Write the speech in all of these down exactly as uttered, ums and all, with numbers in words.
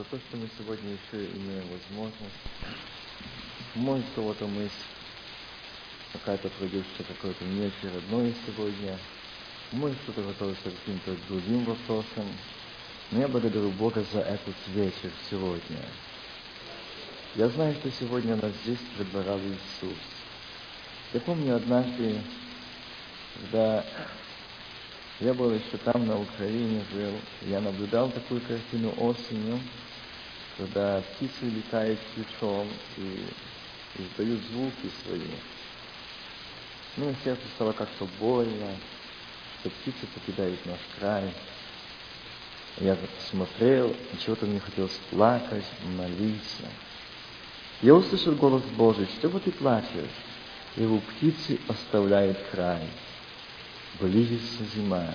то, что мы сегодня еще имеем возможность. Может, кого-то мысль какая-то пройдущая, какое-то неочередное сегодня. Может, кто-то готовится к каким-то другим вопросам. Но я благодарю Бога за этот вечер сегодня. Я знаю, что сегодня нас здесь предварял Иисус. Я помню однажды, когда я был еще там, на Украине жил, я наблюдал такую картину осенью, когда птицы летают ключом и издают звуки свои. Мне на сердце стало как-то больно, что птицы покидают наш край. Я смотрел, и чего-то мне хотелось плакать, молиться. Я услышал голос Божий: что вот ты плачешь? Его птицы оставляют край. Близится зима.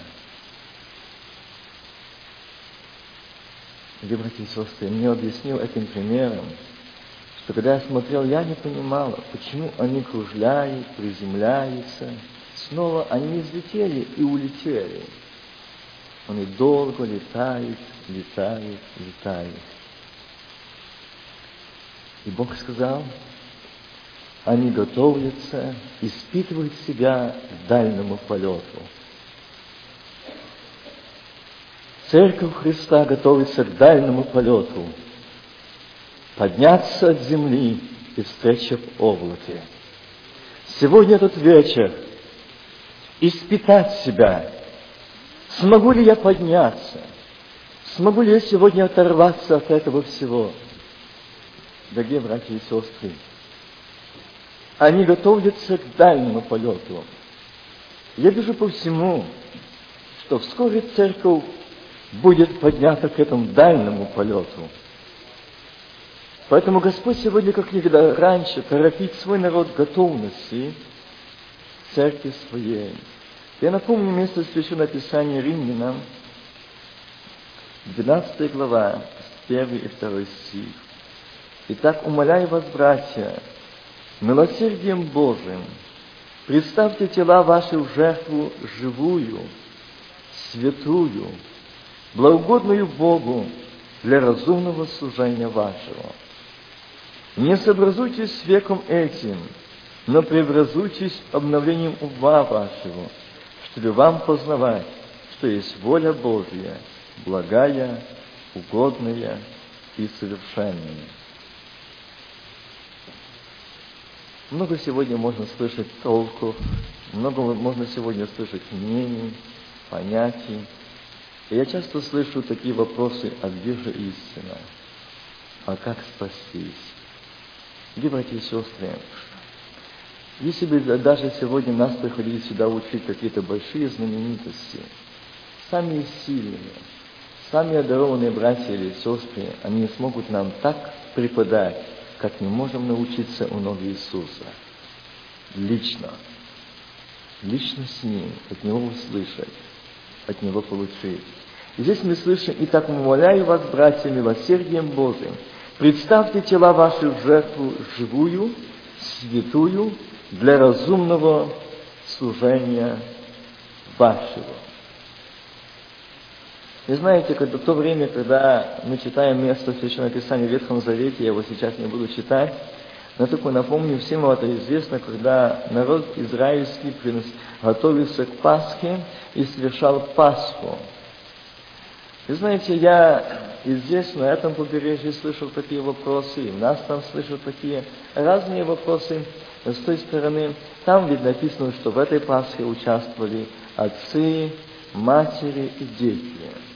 Где, братья и сестры, мне объяснил этим примером, что когда я смотрел, я не понимал, почему они кружляют, приземляются. Снова они не взлетели и улетели. Они долго летают, летают, летают. И Бог сказал, они готовятся, испытывают себя к дальнему полету. Церковь Христа готовится к дальнему полету, подняться от земли и встреча в облаке. Сегодня этот вечер испытать себя. Смогу ли я подняться? Смогу ли я сегодня оторваться от этого всего? Дорогие братья и сестры, они готовятся к дальнему полету. Я вижу по всему, что вскоре церковь будет поднята к этому дальнему полету. Поэтому Господь сегодня, как никогда раньше, торопит свой народ к готовности церкви своей. Я напомню место Священного Писания Римлянам, двенадцатая глава, первый и второй стих. «Итак, умоляю вас, братья, милосердием Божиим, представьте тела ваши в жертву живую, святую, благоугодную Богу для разумного служения вашего. Не сообразуйтесь с веком этим, но преобразуйтесь обновлением ума вашего, чтобы вам познавать, что есть воля Божья, благая, угодная и совершенная». Много сегодня можно слышать толков, много можно сегодня слышать мнений, понятий. И я часто слышу такие вопросы: а где же истина? А как спастись? Где, братья и сестры, если бы даже сегодня нас приходили сюда учить какие-то большие знаменитости, самые сильные, самые одарованные братья или сестры, они не смогут нам так преподать, как мы можем научиться у ног Иисуса. Лично. Лично с Ним. От Него услышать. От Него получить. И здесь мы слышим: «Итак, умоляю вас, братья, милосердием Божиим, представьте тела ваши в жертву живую, святую, для разумного служения вашего». И знаете, когда в то время, когда мы читаем место Священного Писания в Ветхом Завете, я его сейчас не буду читать, но только напомню, всем это известно, когда народ израильский готовился к Пасхе и совершал Пасху. И знаете, я и здесь, на этом побережье, слышал такие вопросы, и у нас там слышал такие разные вопросы. С той стороны, там ведь написано, что в этой Пасхе участвовали отцы, матери и дети.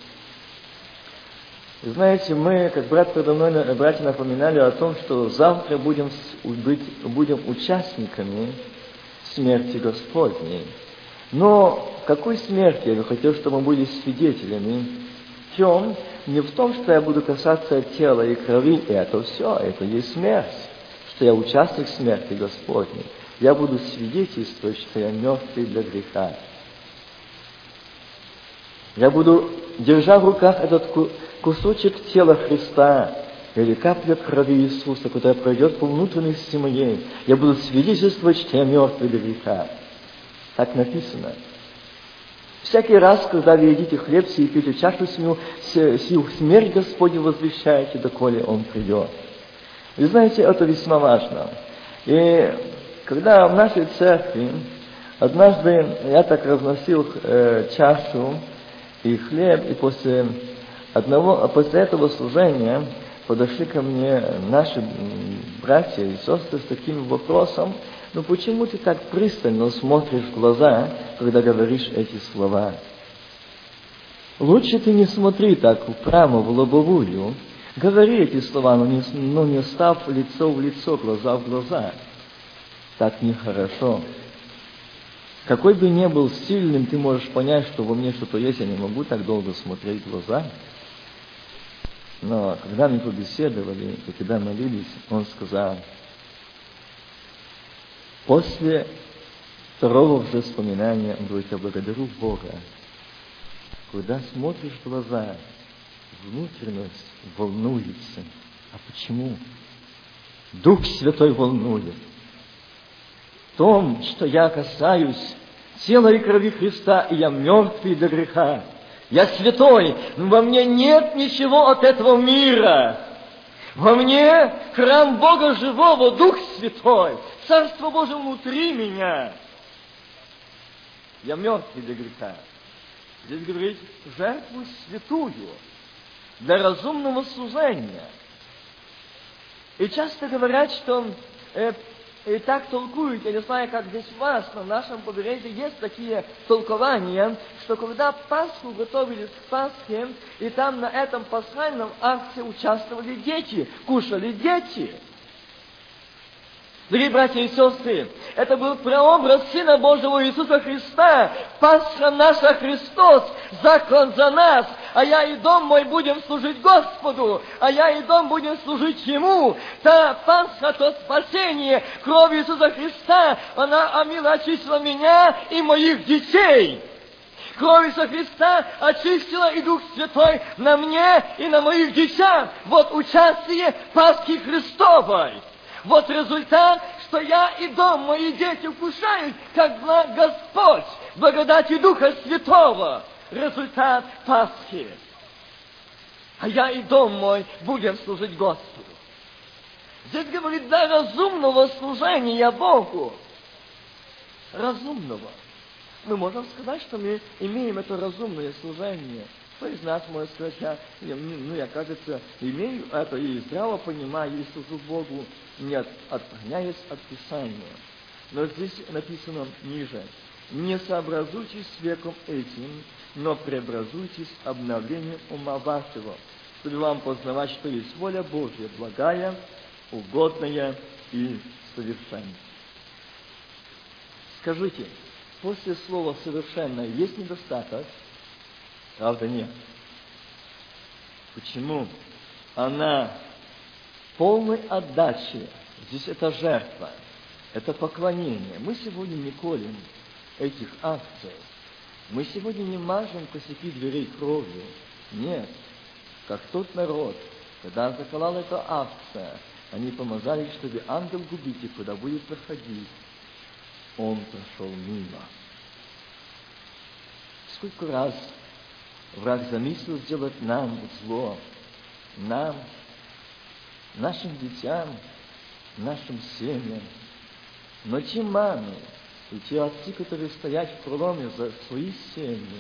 И знаете, мы, как брат предо мной, братья напоминали о том, что завтра будем, быть, будем участниками смерти Господней. Но какой смерти? Я бы хотел, чтобы мы были свидетелями. В чем? Не в том, что я буду касаться тела и крови, и это все, это есть смерть, что я участник смерти Господней. Я буду свидетельствовать, что я мертвый для греха. Я буду, держа в руках этот кусочек тела Христа, или капля крови Иисуса, которая пройдет по внутренности моей, я буду свидетельствовать, что я мертвый для греха. Так написано. Всякий раз, когда вы едите хлеб сей и пьете чашу сию, сию смерть Господню возвещаете, доколе Он придет. Вы знаете, это весьма важно. И когда в нашей церкви однажды я так разносил э, чашу и хлеб, и после, одного, после этого служения подошли ко мне наши братья и сестры с таким вопросом: ну почему ты так пристально смотришь в глаза, когда говоришь эти слова? Лучше ты не смотри так прямо в лобовую, говори эти слова, но не, но не став лицо в лицо, глаза в глаза. Так нехорошо. Какой бы ни был сильным, ты можешь понять, что во мне что-то есть, я не могу так долго смотреть в глаза. Но когда мы побеседовали, и когда молились, он сказал: после второго же вспоминания, он говорит: я благодарю Бога. Когда смотришь в глаза, внутренность волнуется. А почему? Дух Святой волнует. В том, что я касаюсь тела и крови Христа, и я мертвый до греха. Я святой, но во мне нет ничего от этого мира. Во мне храм Бога живого, Дух Святой, Царство Божие внутри меня. Я мертвый для греха. Здесь говорит, жертву святую для разумного служения. И часто говорят, что э, и так толкуют, я не знаю, как здесь у вас, но в нашем побережье есть такие толкования, что когда Пасху готовили к Пасхе, и там на этом пасхальном акте участвовали дети, кушали дети. Дорогие братья и сестры, это был прообраз Сына Божьего Иисуса Христа. Пасха наша Христос, заклан за нас, а я и дом мой будем служить Господу, а я и дом будем служить Ему. Та Пасха, то спасение, кровь Иисуса Христа, она омила, очистила меня и моих детей. Кровь Иисуса Христа очистила и Дух Святой на мне и на моих детях. Вот участие Пасхи Христовой. Вот результат, что я и дом, мои дети вкушают, как благ Господь, благодати Духа Святого. Результат Пасхи. А я и дом мой будем служить Господу. Здесь говорит, для разумного служения Богу. Разумного. Мы можем сказать, что мы имеем это разумное служение. Кто из нас может сказать, я, ну, я, кажется, имею это и здраво понимаю, и служу Богу, не от, отклоняясь от Писания. Но здесь написано ниже: не сообразуйтесь с веком этим, но преобразуйтесь обновлением ума вашего, чтобы вам познавать, что есть воля Божья, благая, угодная и совершенная. Скажите, после слова «совершенное» есть недостаток? Правда, нет. Почему? Она полной отдачи. Здесь это жертва, это поклонение. Мы сегодня не колем этих акций. Мы сегодня не мажем косяки дверей кровью. Нет. Как тот народ, когда заколол эта акция, они помазали, чтобы ангел-губитель, куда будет проходить, он прошел мимо. Сколько раз враг замыслил сделать нам зло, нам, нашим детям, нашим семьям. Но те мамы и те отцы, которые стоят в проломе за свои семьи,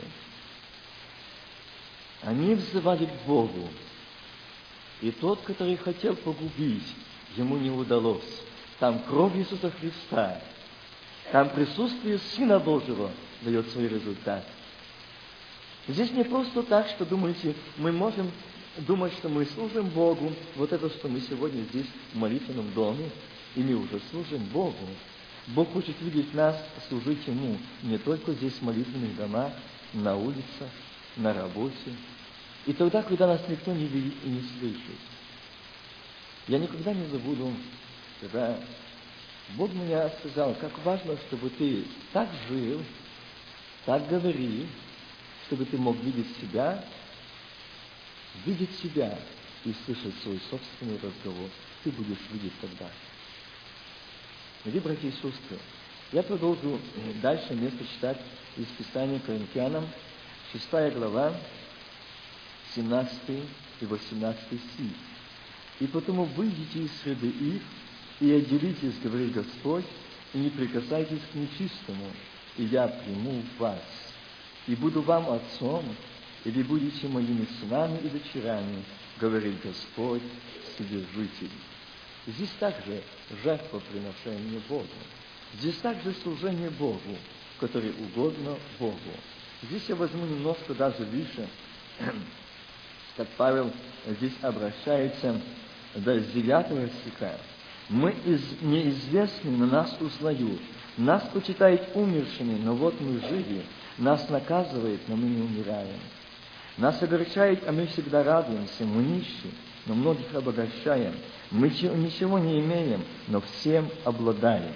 они взывали к Богу. И тот, который хотел погубить, ему не удалось. Там кровь Иисуса Христа, там присутствие Сына Божьего дает свой результат. Здесь не просто так, что думаете, мы можем думать, что мы служим Богу. Вот это, что мы сегодня здесь в молитвенном доме, и мы уже служим Богу. Бог хочет видеть нас служить Ему не только здесь в молитвенных домах, на улицах, на работе. И тогда, когда нас никто не видит и не слышит. Я никогда не забуду, когда Бог мне сказал, как важно, чтобы ты так жил, так говорил, чтобы ты мог видеть себя, видеть себя и слышать свой собственный разговор. Ты будешь видеть тогда. Дорогие братья и сестры, Я продолжу дальше место читать из Писания Коринфянам, шестая глава, семнадцатый и восемнадцатый стих. «И потому выйдите из среды их, и отделитесь, говорит Господь, и не прикасайтесь к нечистому, и я приму вас, и буду вам отцом, и вы будете моими сынами и дочерями, говорит Господь, Вседержитель». Здесь также жертвоприношение Богу. Здесь также служение Богу, которое угодно Богу. Здесь я возьму немножко даже выше, как Павел здесь обращается до девятого стиха. «Мы из, неизвестны, но нас узнают. Нас почитают умершими, но вот мы живы. Нас наказывает, но мы не умираем. Нас огорчает, а мы всегда радуемся. Мы нищие, но многих обогащаем. Мы ничего не имеем, но всем обладаем.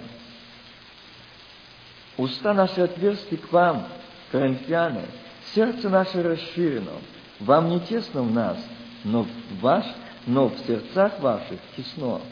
Уста наши отверсты к вам, коринфяне, сердце наше расширено. Вам не тесно в нас, но, ваш, но в сердцах ваших тесно.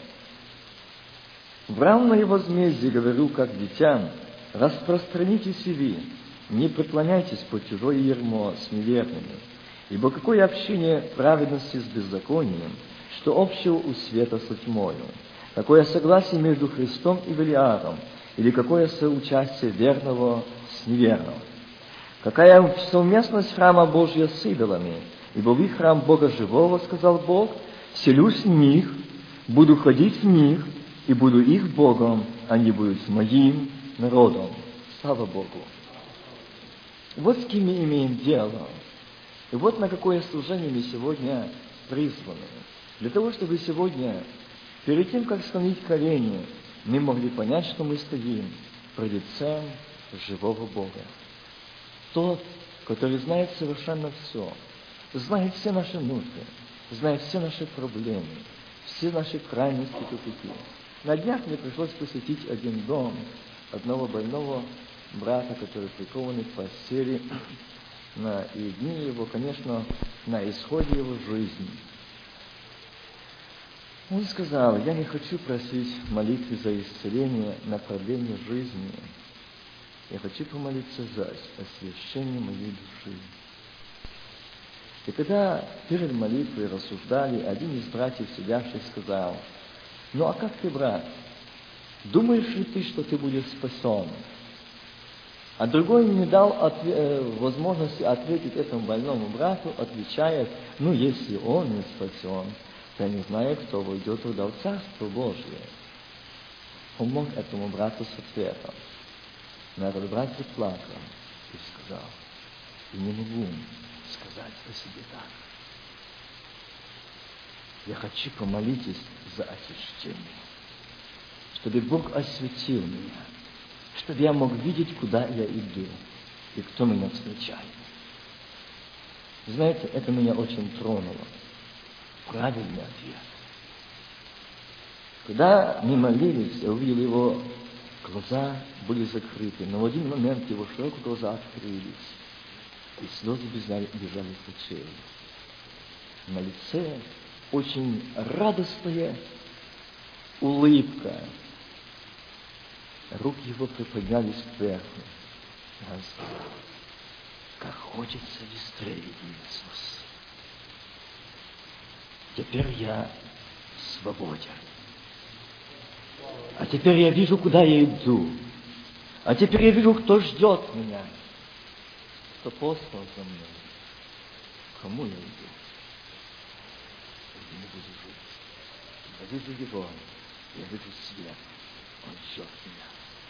В равное возмездие говорю, как детям, распространитесь и вы, не преклоняйтесь под чужое ярмо с неверными. Ибо какое общение праведности с беззаконием, что общего у света со тьмою? Какое согласие между Христом и Велиаром? Или какое соучастие верного с неверным? Какая совместность храма Божия с идолами? Ибо вы храм Бога живого, сказал Бог, селюсь в них, буду ходить в них, и буду их Богом, они будут моим народом. Слава Богу! Вот с кем мы имеем дело. И вот на какое служение мы сегодня призваны. Для того, чтобы сегодня, перед тем, как склонить колени, мы могли понять, что мы стоим пред лицем живого Бога. Тот, который знает совершенно все, знает все наши нужды, знает все наши проблемы, все наши крайности и тупики. На днях мне пришлось посетить один дом одного больного брата, который прикован к постели, на, и дни его, конечно, на исходе его жизни. Он сказал: я не хочу просить молитвы за исцеление, направление жизни. Я хочу помолиться за освящение моей души. И когда перед молитвой рассуждали, один из братьев сидящих сказал: ну а как ты, брат, думаешь ли ты, что ты будешь спасен? А другой не дал отве- возможности ответить этому больному брату, отвечает: ну если он не спасен, то я не знаю, кто войдет туда в Царство Божие. Помог этому брату с ответом. Но этот брат заплакал и сказал: и не могу сказать о себе так. Я хочу помолитесь за очищение, чтобы Бог осветил меня, чтобы я мог видеть, куда я иду и кто меня встречает. Знаете, это меня очень тронуло. Правильный ответ. Когда мы молились, я увидел его, глаза были закрыты, но в один момент его широкие глаза открылись, и слезы бежали, бежали по очей. На лице очень радостная улыбка. Руки его приподнялись кверху. И он сказал: как хочется быстрее видеть Иисус. Теперь я свободен. А теперь я вижу, куда я иду. А теперь я вижу, кто ждет меня. Кто послал за мной. Кому я иду? Я не буду жить. Я вижу его. Я вижу свет. Он ждет меня.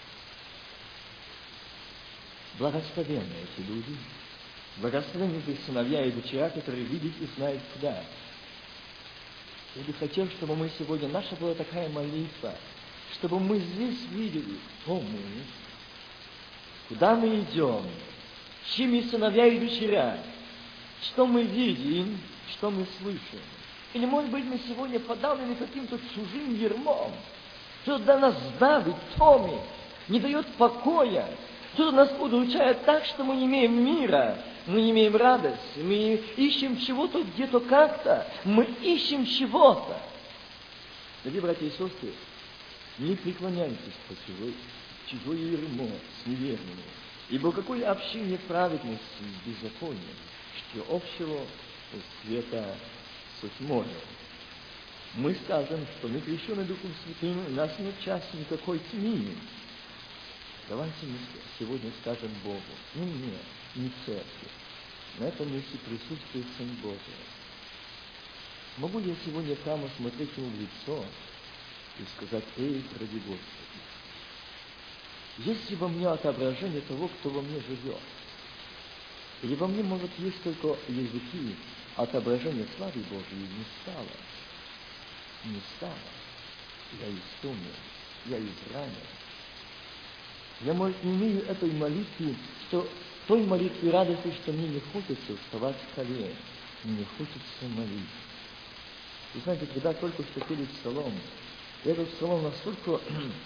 Благословенны эти люди. Благословенны эти сыновья и дочеря, которые видят и знают куда. Я бы хотел, чтобы мы сегодня, наша была такая молитва, чтобы мы здесь видели, кто мы, куда мы идем, чьи сыновья и дочеря, что мы видим, что мы слышим. Или, может быть, мы сегодня подавлены каким-то чужим ярмом, что до нас давит, томит, не дает покоя, что нас удручает так, что мы не имеем мира, мы не имеем радости, мы ищем чего-то где-то как-то, мы ищем чего-то. Дорогие братья и сестры, не преклоняйтесь под чужой в чужое ярмо с неверными. Ибо какое общение праведности с беззаконием, что общего у света со тьмою? Мы скажем, что мы крещены Духом Святым, у нас нет части никакой тьмы. Давайте мы сегодня скажем Богу, не мне, не церкви. На этом месте присутствует Сын Божий. Могу ли я сегодня прямо смотреть ему в лицо и сказать: эй, ради Господи, есть ли во мне отображение того, кто во мне живет? Или во мне, может, есть только языки отображения славы Божией? Не стало. Не стало. Я истомлен, я изранен. Я, может, не имею этой молитвы, что той молитвы радости, что мне не хочется вставать с колен, мне не хочется молиться. Вы знаете, когда только что пели псалом, этот псалом настолько,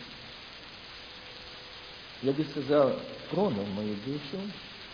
я бы сказал, тронул мою душу.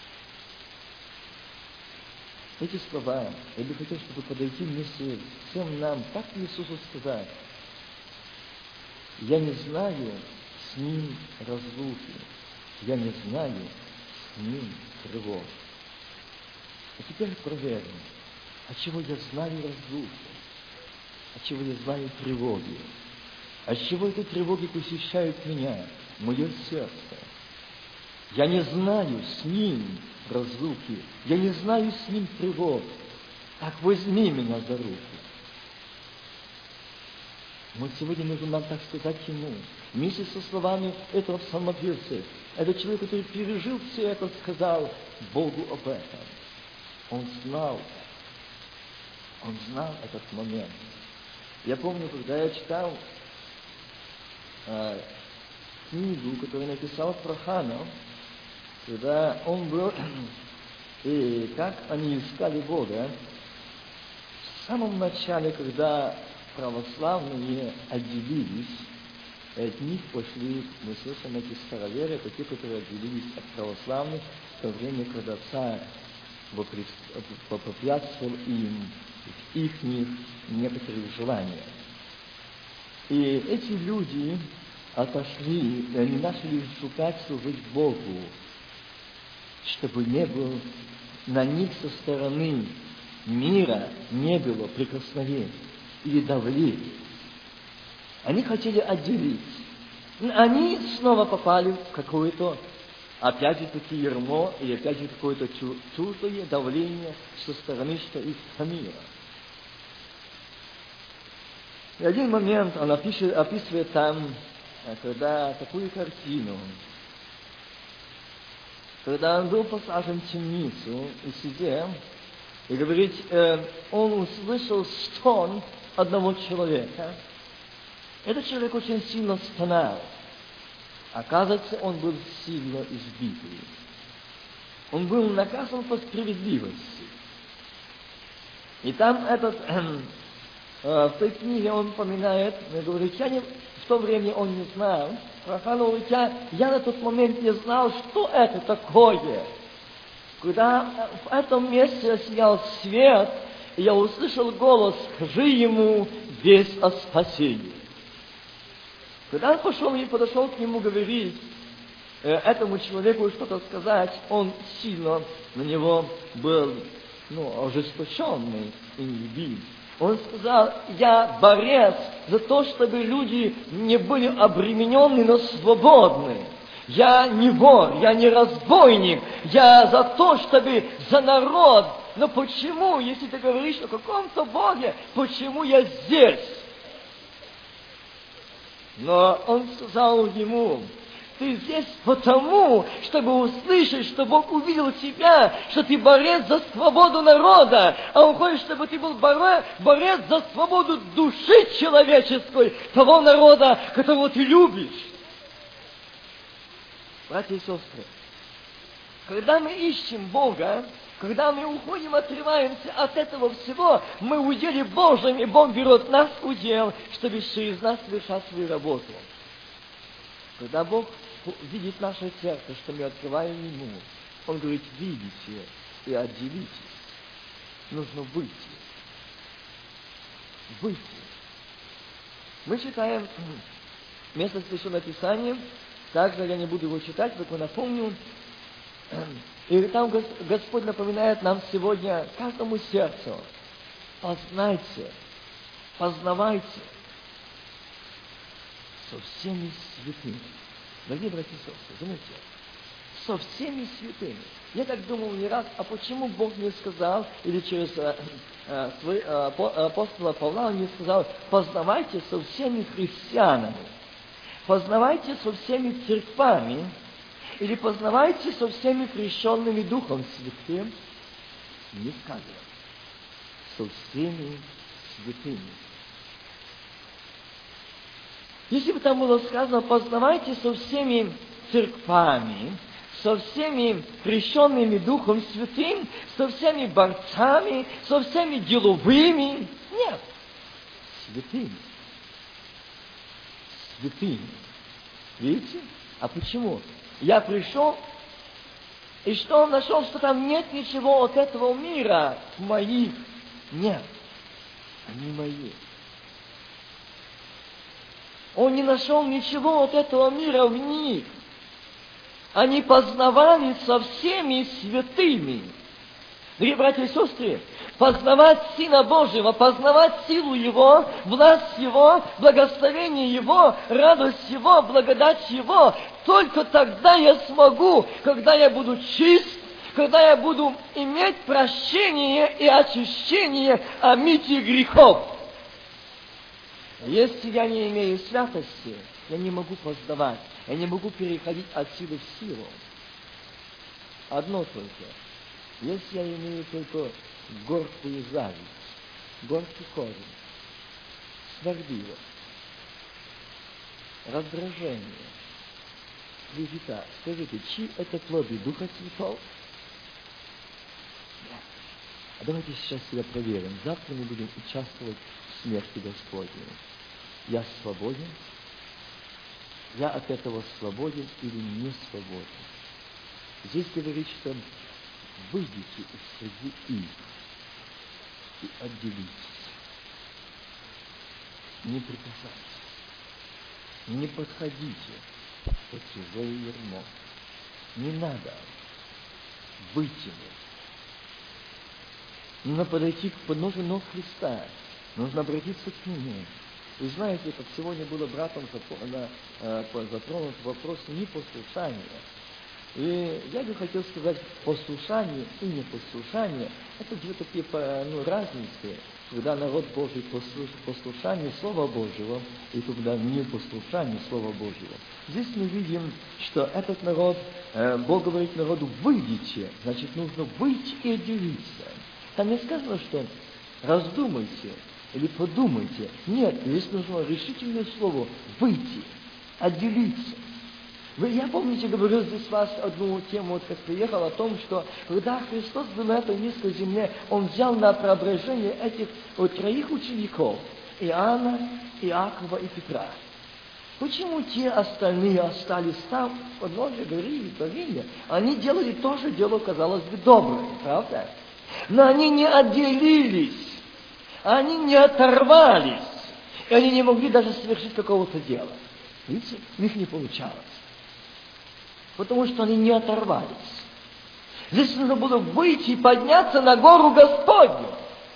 Эти слова, я бы хотел, чтобы подойти вместе всем нам, так Иисусу сказать: я не знаю с Ним разлуки, я не знаю с Ним тревог. А теперь проверим, от чего я знаю разлуки, от чего я знаю тревоги, от чего эти тревоги посещают меня, мое сердце. Я не знаю с Ним разлуки, я не знаю с Ним тревог. Так возьми меня за руку. Мы сегодня можем нам так сказать Ему, вместе со словами этого псалмопевца. Это человек, который пережил все это, сказал Богу об этом. Он знал, он знал этот момент. Я помню, когда я читал э, книгу, которую написал Проханов, когда он был, и как они искали Бога, в самом начале, когда православные отделились, от них пошли, мы слышим, эти староверы, это те, которые отделились от православных в то время, когда царь попрепятствовал им в их некоторых желаниях. И эти люди отошли, и они начали шукать служить Богу, чтобы не было на них со стороны мира не было прикосновений или давления. Они хотели отделить. Они снова попали в какое-то, опять же таки, ярмо, или опять же какое-то чуждое давление со стороны, что их мира. И один момент он опишет, описывает там, когда такую картину, когда он был посажен в темницу и сидел, и говорит, э, он услышал стон одного человека. Этот человек очень сильно стонал. Оказывается, он был сильно избитый. Он был наказан по справедливости. И там этот, э, э, в той книге он упоминает, говорит, я не, в то время он не знал, Проханов, я, я на тот момент не знал, что это такое. Когда в этом месте сиял свет, я услышал голос: скажи ему весть о спасении. Когда он пошел и подошел к нему говорить, э, этому человеку что-то сказать, он сильно на него был, ну, ожесточенный и нелюбим. Он сказал: я борец за то, чтобы люди не были обременены, но свободны. Я не вор, я не разбойник, я за то, чтобы за народ. Но почему, если ты говоришь о каком-то Боге, почему я здесь? Но он сказал ему: ты здесь потому, чтобы услышать, что Бог увидел тебя, что ты борец за свободу народа, а Он хочет, чтобы ты был борец, борец за свободу души человеческой, того народа, которого ты любишь. Братья и сестры, когда мы ищем Бога, когда мы уходим, отрываемся от этого всего, мы в уделе Божьем, и Бог берет нас в удел, чтобы через нас совершать свою работу. Когда Бог видит наше сердце, что мы открываем Ему, Он говорит: видите и отделитесь. Нужно выйти. Выйти. Мы читаем место Священного Писания, Также я не буду его читать, только напомню. И там Господь напоминает нам сегодня, каждому сердцу, познайте, познавайте со всеми святыми. Дорогие братья и сестры, заметьте, со всеми святыми. Я так думал не раз, а почему Бог не сказал, или через э, э, свой, э, апостола Павла не сказал, познавайте со всеми христианами, познавайте со всеми церквами, или познавайте со всеми крещенными Духом Святым. Не сказано. Со всеми святыми. Если бы там было сказано, познавайте со всеми церквами, со всеми крещенными Духом Святым, со всеми борцами, со всеми деловыми. Нет. Святыми. Святыми. Видите? А почему? Я пришел, и что он нашел, что там нет ничего от этого мира моих. Нет. Они мои. Он не нашел ничего от этого мира в них. Они познавали со всеми святыми. Дорогие братья и сестры, познавать Сына Божьего, познавать силу Его, власть Его, благословение Его, радость Его, благодать Его, только тогда я смогу, когда я буду чист, когда я буду иметь прощение и очищение от мити грехов. Если я не имею святости, я не могу познавать, я не могу переходить от силы в силу. Одно только. Если я имею только горькую зависть, горький корень, сварливость, раздражение, клевета, скажите, чьи это плоды Духа Святого? Нет. А давайте сейчас себя проверим. Завтра мы будем участвовать в смерти Господней. Я свободен? Я от этого свободен или не свободен? Здесь говорит, что выйдите из среды их и отделитесь. Не прикасайтесь. Не подходите под чужое ярмо. Не надо вытянуть. Нужно подойти к подножию ног Христа. Нужно обратиться к Нему. Вы знаете, как сегодня было братом затронут вопрос непослушания. И я бы хотел сказать, послушание и непослушание – это две такие ну, разницы, когда народ Божий послуш, послушание Слова Божьего и когда непослушание Слова Божьего. Здесь мы видим, что этот народ, Бог говорит народу, выйдите, значит, нужно выйти и отделиться. Там не сказано, что раздумайте или подумайте. Нет, здесь нужно решительное слово выйти, отделиться. Вы, я, помните, говорил здесь вас одну тему, вот как приехал, о том, что когда Христос был на этой низкой земле, Он взял на преображение этих вот троих учеников, Иоанна, Иакова и Петра. Почему те остальные остались там, в подножии горы и Вифлееме? Они делали то же дело, казалось бы, доброе, правда? Но они не отделились, они не оторвались, и они не могли даже совершить какого-то дела. Видите, у них не получалось. Потому что они не оторвались. Здесь нужно было выйти и подняться на гору Господню.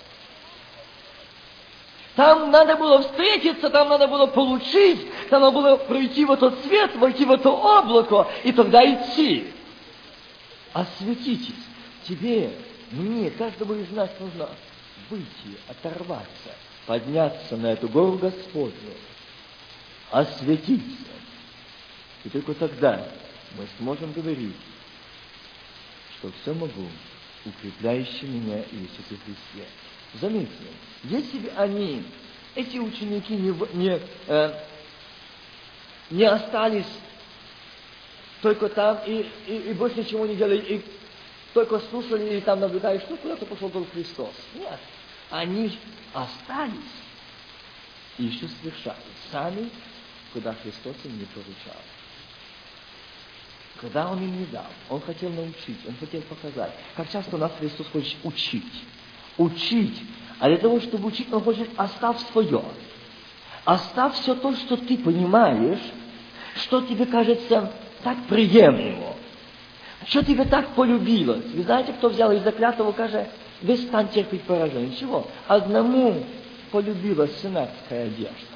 Там надо было встретиться, там надо было получить, там надо было пройти в этот свет, войти в это облако, и тогда идти. Осветитесь. Тебе, мне, каждому из нас нужно выйти, оторваться, подняться на эту гору Господню, осветиться. И только тогда мы сможем говорить, что все могу, укрепляющий меня Иисусе Христе. Заметьте, если бы они, эти ученики, не, не, э, не остались только там и, и, и больше ничего не делали, и только слушали и там наблюдали, что куда-то пошел только Христос. Нет, они остались и еще совершали сами, куда Христос им не поручал. Когда Он им не дал, Он хотел научить, Он хотел показать. Как часто у нас Христос хочет учить. Учить. А для того, чтобы учить, Он хочет: оставь свое. Оставь все то, что ты понимаешь, что тебе кажется так приемлемо, что тебе так полюбилось. Вы знаете, кто взял из заклятого, каже, весь стан терпеть поражение. Чего? Одному полюбилась сынатская одежда.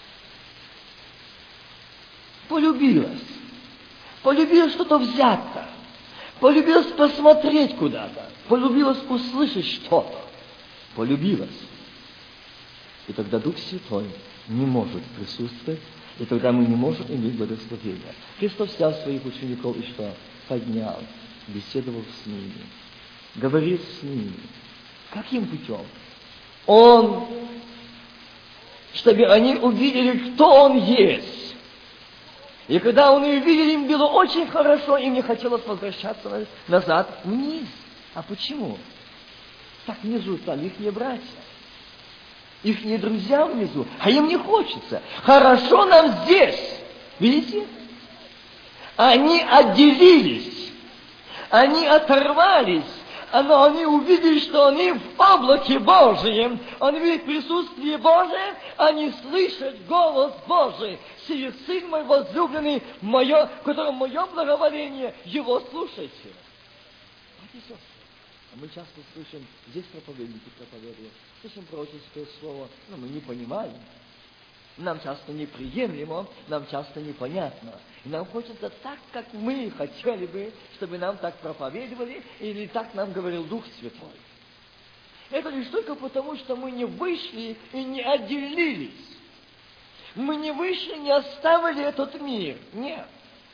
Полюбилась. Полюбилась что-то взято. Полюбилась посмотреть куда-то. Полюбилась услышать что-то. Полюбилась. И тогда Дух Святой не может присутствовать, и тогда мы не можем иметь благословения. Христос взял своих учеников и что? Поднял, беседовал с ними, говорил с ними. Каким путем? Он, чтобы они увидели, кто Он есть. И когда они увидели, им было очень хорошо, им не хотелось возвращаться назад вниз. А почему? Так внизу стали их не братья. Их не друзья внизу, а им не хочется. Хорошо нам здесь. Видите? Они отделились. Они оторвались. Но они увидели, что они в облаке Божьем. Они видят присутствие Божие. Они слышат голос Божий. Сие Сын мой возлюбленный, мое, которому мое благоволение, его слушайте. Братья и сестры, а мы часто слышим, здесь проповедники проповедуют, слышим пророческое слово, но мы не понимаем. Нам часто неприемлемо, нам часто непонятно. И нам хочется так, как мы хотели бы, чтобы нам так проповедовали, или так нам говорил Дух Святой. Это лишь только потому, что мы не вышли и не отделились. Мы не вышли, не оставили этот мир. Нет.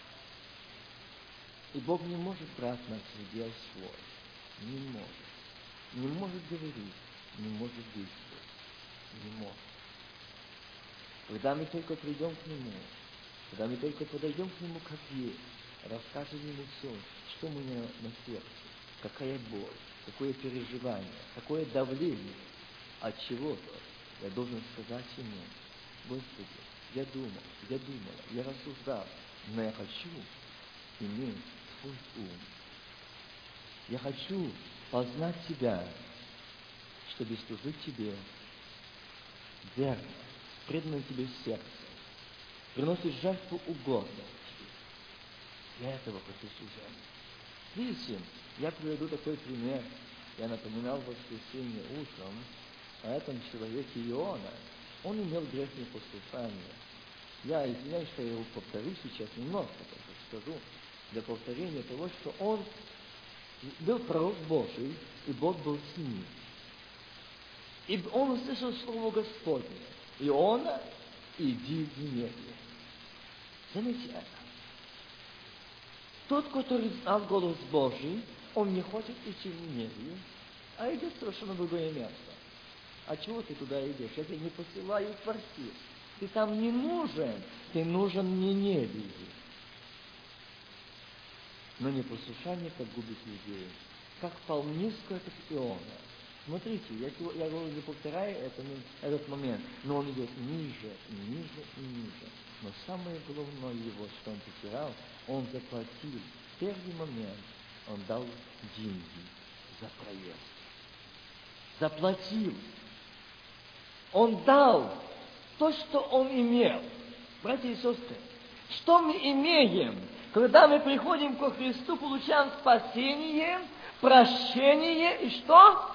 И Бог не может брать нас в удел свой. Не может. Не может говорить, не может действовать. Не может. Когда мы только придем к Нему, когда мы только подойдем к Нему как есть, расскажем Ему все, что у меня на сердце, какая боль, какое переживание, какое давление от чего-то, я должен сказать Ему: Господи, я думал, я думал, я рассуждал, но я хочу иметь Твой ум. Я хочу познать Тебя, чтобы служить Тебе верно, преданно Тебе сердце, приносит жертву угодно Тебе. Я этого хочу служить. Видите, я приведу такой пример. Я напоминал в воскресенье утром о этом человеке Иона. Он имел грех непослушания. Я извиняюсь, что я его повторю сейчас немножко, только скажу, для повторения того, что он был пророк Божий, и Бог был с ним. И он услышал слово Господне: Иона, иди в Ниневию. Заметьте это. Тот, который знал голос Божий, он не хочет идти в Ниневию, а идет в совершенно другое место. А чего ты туда идешь? Я тебя не посылаю в квартиру. Ты там не нужен, ты нужен Ниневии. Но непослушание так губит людей. Как пал низко этот Иона. Смотрите, я, я говорю, не повторяю это, этот момент, но он идет ниже, и ниже, и ниже. Но самое главное его, что он потерял, он заплатил. В первый момент он дал деньги за проезд. Заплатил. Он дал то, что он имел. Братья и сестры, что мы имеем, когда мы приходим ко Христу, получаем спасение, прощение и что?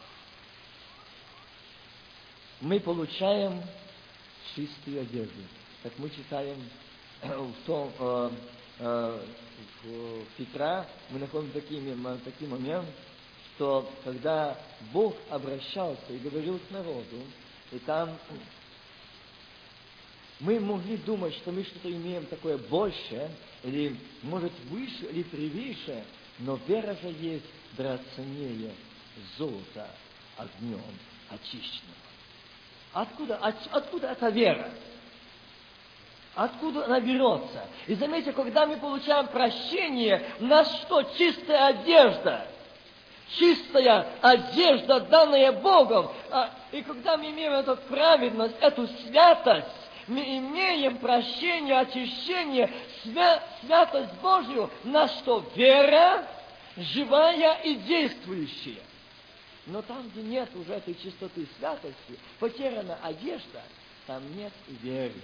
Мы получаем чистую одежду. Как мы читаем в, том, э, э, в Петра, мы находим такие, такой момент, что когда Бог обращался и говорил к народу, и там мы могли думать, что мы что-то имеем такое большее, или, может, выше, или превыше, но вера же есть драгоценнее золота огнем очищенного. Откуда, от, откуда эта вера? Откуда она берется? И заметьте, когда мы получаем прощение, у нас что? Чистая одежда. Чистая одежда, данная Богом. И когда мы имеем эту праведность, эту святость, мы имеем прощение, очищение, свя- святость Божью, на что вера живая и действующая. Но там, где нет уже этой чистоты святости, потеряна одежда, там нет и веры.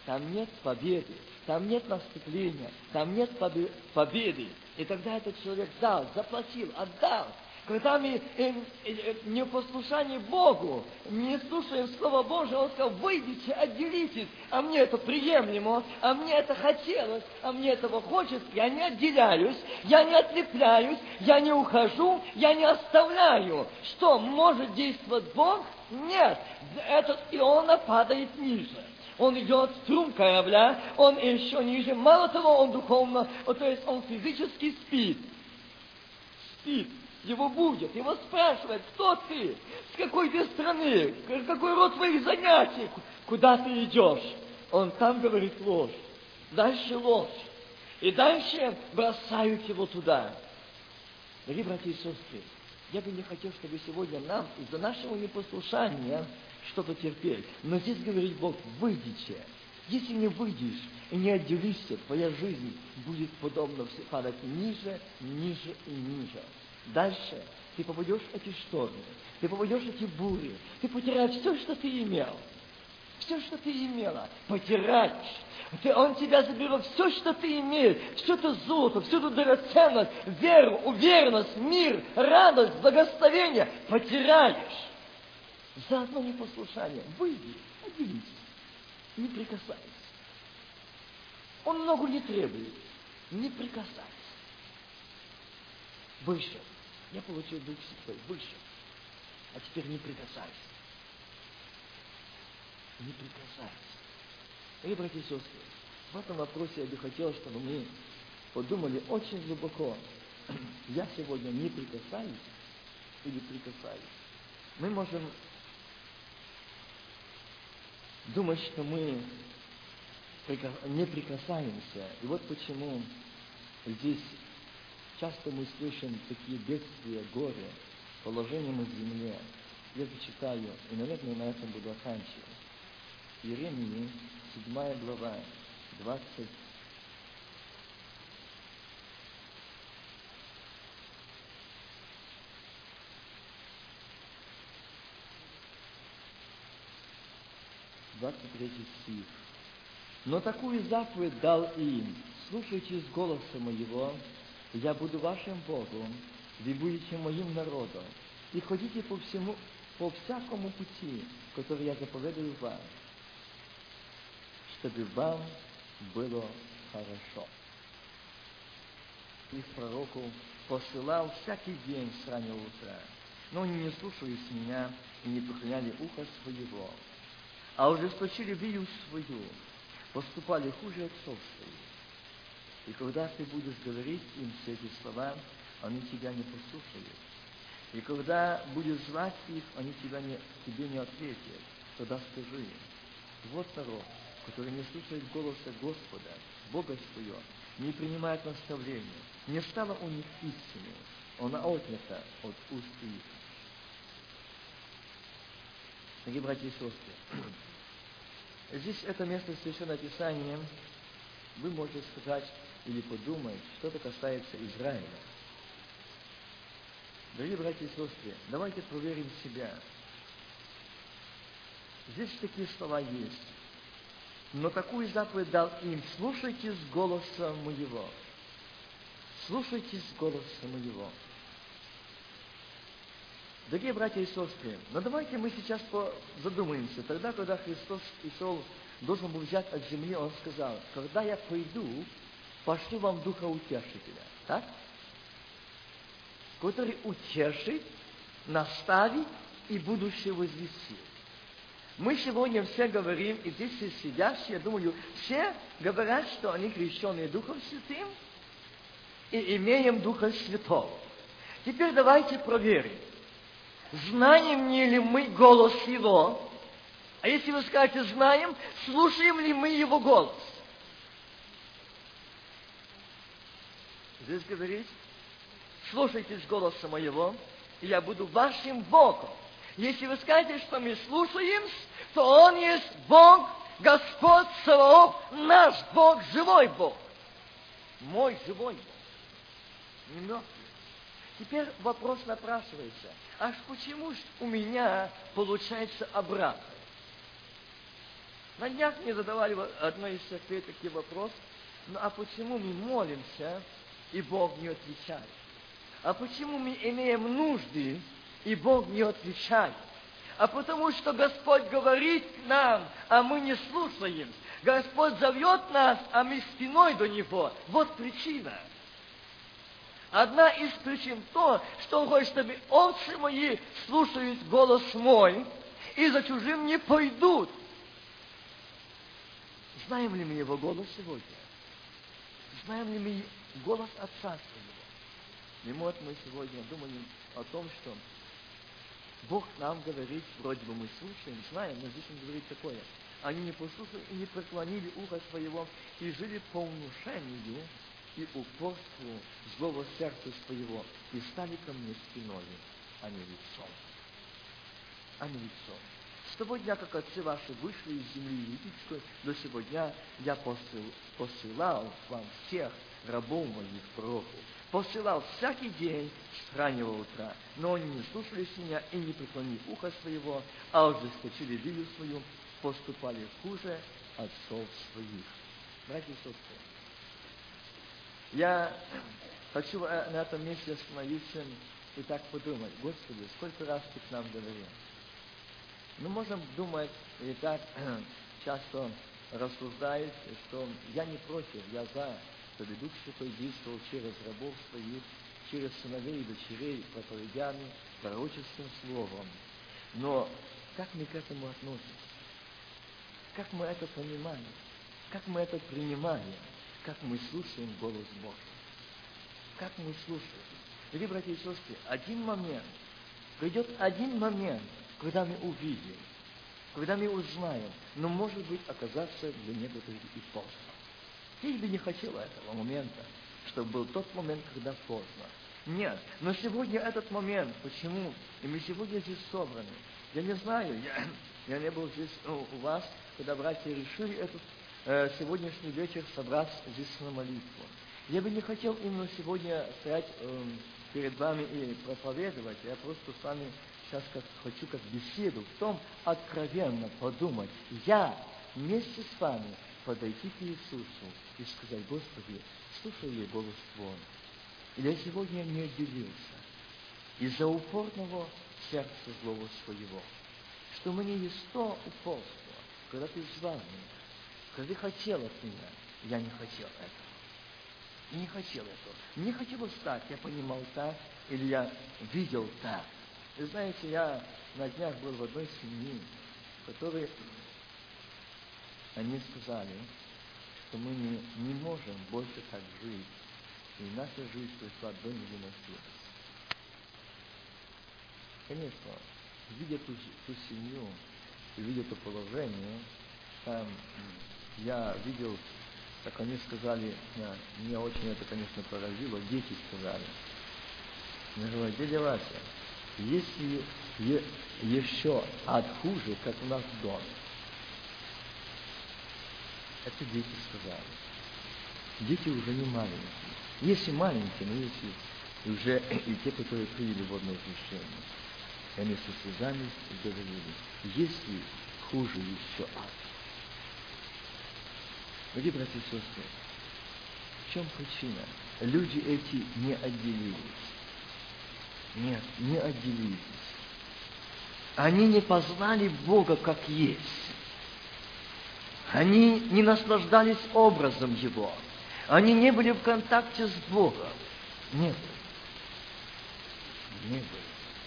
там нет победы, там нет наступления, там нет побе- победы. И тогда этот человек дал, заплатил, отдал. Когда мы э, э, не послушание Богу, не слушаем Слово Божие, Он сказал, выйдите, отделитесь, а мне это приемлемо, а мне это хотелось, а мне этого хочется, я не отделяюсь, я не отлепляюсь, я не ухожу, я не оставляю. Что, может действовать Бог? Нет, этот Иона падает ниже. Он идет струн корабля, он еще ниже. Мало того, он духовно, то есть он физически спит. Спит. Его будет, его спрашивают, кто ты, с какой ты страны, какой род твоих занятий, куда ты идешь. Он там говорит ложь, дальше ложь. И дальше бросают его туда. Дорогие братья и сестры, я бы не хотел, чтобы сегодня нам из-за нашего непослушания что-то терпеть. Но здесь говорит Бог, выйдите. Если не выйдешь и не отделишься, твоя жизнь будет подобно падать ниже, ниже и ниже. Дальше ты попадешь в эти штормы, ты попадешь в эти бури, ты потеряешь все, что ты имел. Все, что ты имела, потеряешь. Ты, он тебя заберет все, что ты имеешь, все это золото, всю эту драгоценность, веру, уверенность, мир, радость, благословение потеряешь. За одно непослушание. Выйди, отделитесь, не прикасайся. Он много не требует, не прикасайся. Выше. Я получил Дух Святой, выше. А теперь не прикасайся. Не прикасайся. И, братья и сестры, в этом вопросе я бы хотел, чтобы мы подумали очень глубоко. Я сегодня не прикасаюсь или прикасаюсь. Мы можем думать, что мы не прикасаемся. И вот почему здесь часто мы слышим такие бедствия, горе, положение на земле. Я зачитаю, и, наверное, на этом буду оканчивать. Иеремии, седьмая глава, двадцать. двадцать третий стих. Но такую заповедь дал им: слушайтесь голоса моего, я буду вашим Богом, вы будете моим народом, и ходите по всему, по всякому пути, который я заповедую вам, чтобы вам было хорошо. Их пророку посылал всякий день с раннего утра, но они не слушались меня и не преклоняли ухо своего, а ужесточили вию свою, поступали хуже отцов своих. И когда ты будешь говорить им все эти слова, они тебя не послушают. И когда будешь звать их, они тебя не, тебе не ответят. Тогда скажи им: вот народ, который не слушает голоса Господа, Бога своего, не принимает наставления, не стало у них истины, она отнята от уст их. Дорогие братья и сестры, здесь это место Священного Писания, вы можете сказать или подумать, что-то касается Израиля. Дорогие братья и сестры, давайте проверим себя. Здесь такие слова есть. Но такую заповедь дал им: слушайтесь голоса моего. Слушайтесь голоса моего. Дорогие братья и сестры, но давайте мы сейчас задумаемся. Тогда, когда Христос пришел, должен был взять от земли, Он сказал: когда я пойду, пошлю вам Духа Утешителя. Так? Который утешит, наставит и будущее возвестит. Мы сегодня все говорим, и здесь все сидящие, я думаю, все говорят, что они крещенные Духом Святым и имеем Духа Святого. Теперь давайте проверим, знаем ли мы голос Его? А если вы скажете знаем, слушаем ли мы Его голос? Здесь говорит: слушайтесь голоса моего, и я буду вашим Богом. Если вы скажете, что мы слушаем, то Он есть Бог, Господь Саваоф, наш Бог, живой Бог. Мой живой Бог. Не мертвый. Теперь вопрос напрашивается: аж почему же у меня получается обратно? На днях мне задавали одной из церквей такой вопрос: ну а почему мы молимся, и Бог не отвечает? А почему мы имеем нужды, и Бог не отвечает? А потому что Господь говорит к нам, а мы не слушаем. Господь зовет нас, а мы спиной до Него. Вот причина. Одна из причин то, что Он хочет, чтобы овцы мои слушают голос мой, и за чужим не пойдут. Знаем ли мы Его голос сегодня? Знаем ли мы голос Отца Своего? И вот мы сегодня думаем о том, что Бог нам говорит, вроде бы мы слушаем, знаем, но здесь Он говорит такое: они не послушали и не преклонили ухо своего, и жили по внушению и упорству злого сердца своего, и стали ко мне спиной, а не лицом. А не лицом. С того дня, как отцы ваши вышли из земли египетской, до сего дня я посыл, посылал вам всех рабов моих пророков. Посылал всякий день с раннего утра, но они не слушались меня и не преклонили ухо своего, а ужесточили вилю свою, поступали хуже отцов своих. Братья и сестры, я хочу на этом месте остановиться и так подумать: Господи, сколько раз Ты к нам говорил. Мы можем думать и так часто рассуждать, что я не против, я за, чтобы Дух Святой действовал через рабов своих, через сыновей и дочерей, проповедями, пророческим словом. Но как мы к этому относимся? Как мы это понимаем? Как мы это принимаем? Как мы слушаем голос Божий? Как мы слушаем? Или, братья и сестры, один момент, придет один момент, когда мы увидим, когда мы узнаем, но, может быть, оказаться для некоторых и поздно. Я бы не хотел этого момента, чтобы был тот момент, когда поздно. Нет, но сегодня этот момент. Почему? И мы сегодня здесь собраны. Я не знаю, я, я не был здесь ну, у вас, когда братья решили этот э, сегодняшний вечер собраться здесь на молитву. Я бы не хотел именно сегодня стоять э, перед вами и проповедовать. Я просто с вами сейчас как, хочу как беседу в том откровенно подумать. Я вместе с вами подойти к Иисусу и сказать: Господи, слушай я голос Твой. И я сегодня не отделился из-за упорного сердца злого своего, что мне есть то упорство, когда Ты звал меня, когда Ты хотел от меня, я не хотел этого. Не хотел этого. Не хотелось так, я понимал так, или я видел так. И знаете, я на днях был в одной семье, в которой они сказали, что мы не, не можем больше так жить, и наша жизнь пришла до невыносимости. Конечно, видя ту, ту семью, и видя то положение, там я видел, как они сказали, меня, меня очень это, конечно, поразило, дети сказали. Они говорят: дядя Вася, если е- еще ад хуже, как у нас в доме. Это дети сказали. Дети уже не маленькие. Если маленькие, но если уже и те, которые приняли водное крещение. И они со слезами говорили: если хуже еще ад. Дорогие братья и сестры, в чем причина? Люди эти не отделились. Нет, не отделились. Они не познали Бога как есть. Они не наслаждались образом Его. Они не были в контакте с Богом. Не были. Не были.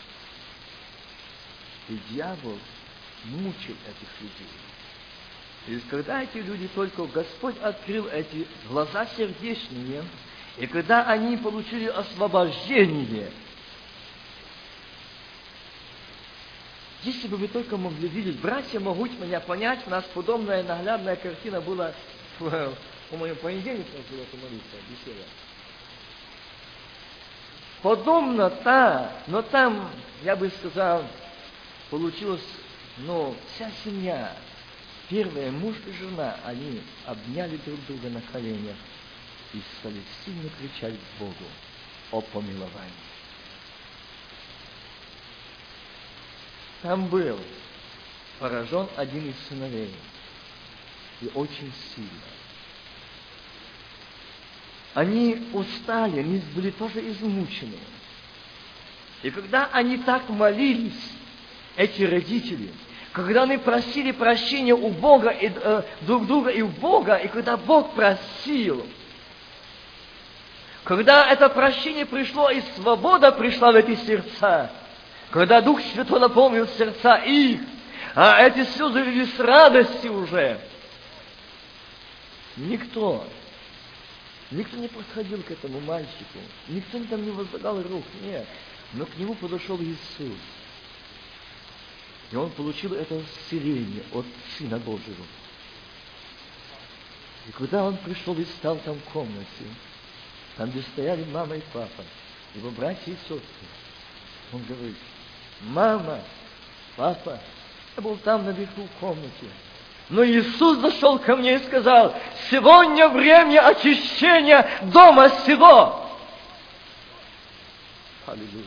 И дьявол мучил этих людей. И когда эти люди только Господь открыл эти глаза сердечные, и когда они получили освобождение, если бы вы только могли видеть, братья могут меня понять, у нас подобная наглядная картина была, по-моему, понедельник у нас была эта молитва, беседа. Подобно-то, но там, я бы сказал, получилось, ну, вся семья, первая муж и жена, они обняли друг друга на коленях и стали сильно кричать к Богу о помиловании. Там был поражен один из сыновей. и очень сильно. Они устали, они были тоже измучены. И когда они так молились, эти родители, когда они просили прощения у Бога, и, э, друг друга и у Бога, и когда Бог просил, когда это прощение пришло, и свобода пришла в эти сердца, когда Дух Святой наполнил сердца их, а эти слезы лились с радости уже, никто, никто не подходил к этому мальчику, никто там не возлагал рук, нет, но к нему подошел Иисус. И он получил это исцеление от Сына Божьего. И когда он пришел и стал там в комнате, там, где стояли мама и папа, его братья и сестры, он говорит: мама, папа, я был там наверху в комнате. Но Иисус зашел ко мне и сказал: сегодня время очищения дома сего. Аллилуйя.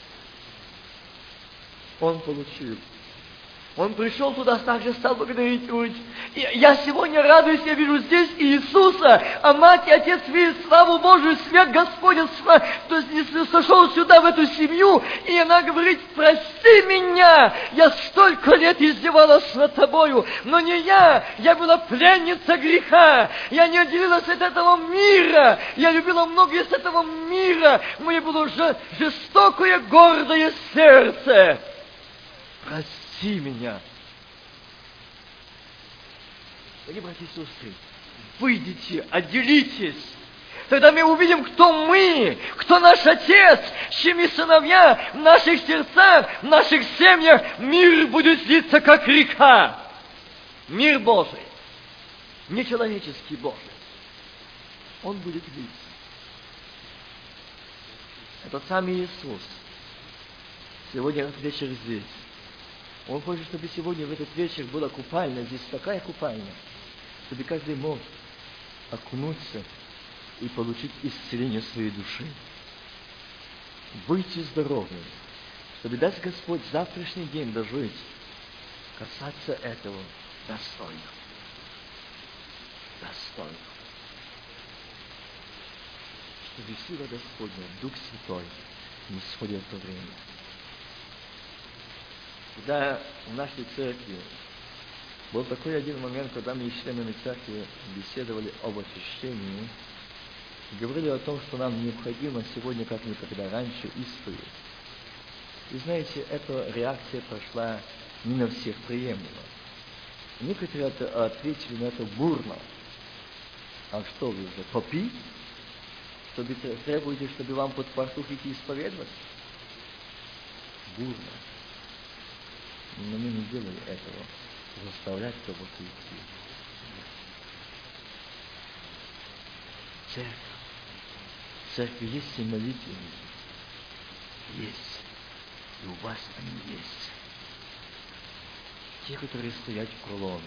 Он получил. Он пришел туда, также стал благодарить. Я сегодня радуюсь, я вижу здесь Иисуса, а мать и отец видят славу Божию, свет Господень, то есть сошел сюда, в эту семью, и она говорит: прости меня, я столько лет издевалась над тобою, но не я, я была пленница греха, я не отделилась от этого мира, я любила многое с этого мира, мое было жестокое, гордое сердце. Прости меня. Дорогие братья и сестры, выйдите, отделитесь. Тогда мы увидим, кто мы, кто наш Отец, чьими сыновья в наших сердцах, в наших семьях. Мир будет литься, как река. Мир Божий, не человеческий Божий. Он будет литься. Это сам Иисус. Сегодня этот вечер здесь. Он хочет, чтобы сегодня в этот вечер была купальня, здесь такая купальня, чтобы каждый мог окунуться и получить исцеление своей души. Будьте здоровы, чтобы дать Господь завтрашний день дожить, касаться этого достойно. Достойно. Чтобы сила Господня, Дух Святой, не сходил в то время. Когда в нашей церкви был такой один момент, когда мы с членами церкви беседовали об очищении, и говорили о том, что нам необходимо сегодня, как никогда раньше, исповедь. И знаете, эта реакция прошла не на всех приемлемо. Некоторые ответили на это бурно. А что вы уже, попить? Что вы требуете, чтобы вам под фартух идти исповедовать? Бурно. Но мы не делали этого, заставлять кого-то идти. Церковь. Церковь есть и молитвенники. Есть. И у вас они есть. Те, которые стоят в колонне.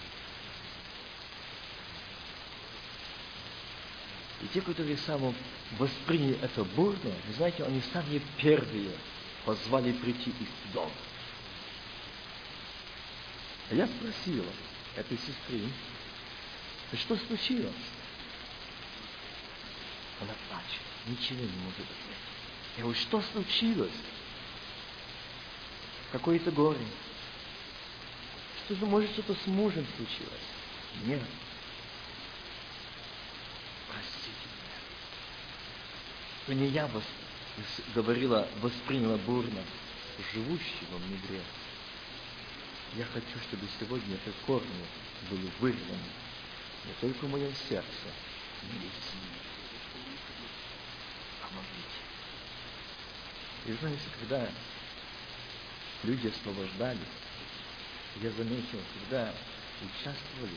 И те, которые сами восприняли это бурно, вы знаете, они самые первые позвали прийти их в дом. А я спросила этой сестры: что случилось? Она плачет, ничего не может ответить. Я говорю: что случилось? Какое-то горе. Что же, может, что-то с мужем случилось? Нет. Простите меня. То не я вас говорила, восприняла бурно, живущего в мигре. Я хочу, чтобы сегодня это корни были вырваны не только в моем сердце, но и в семье. Помогите. И знаете, когда люди освобождались, я заметил, когда участвовали,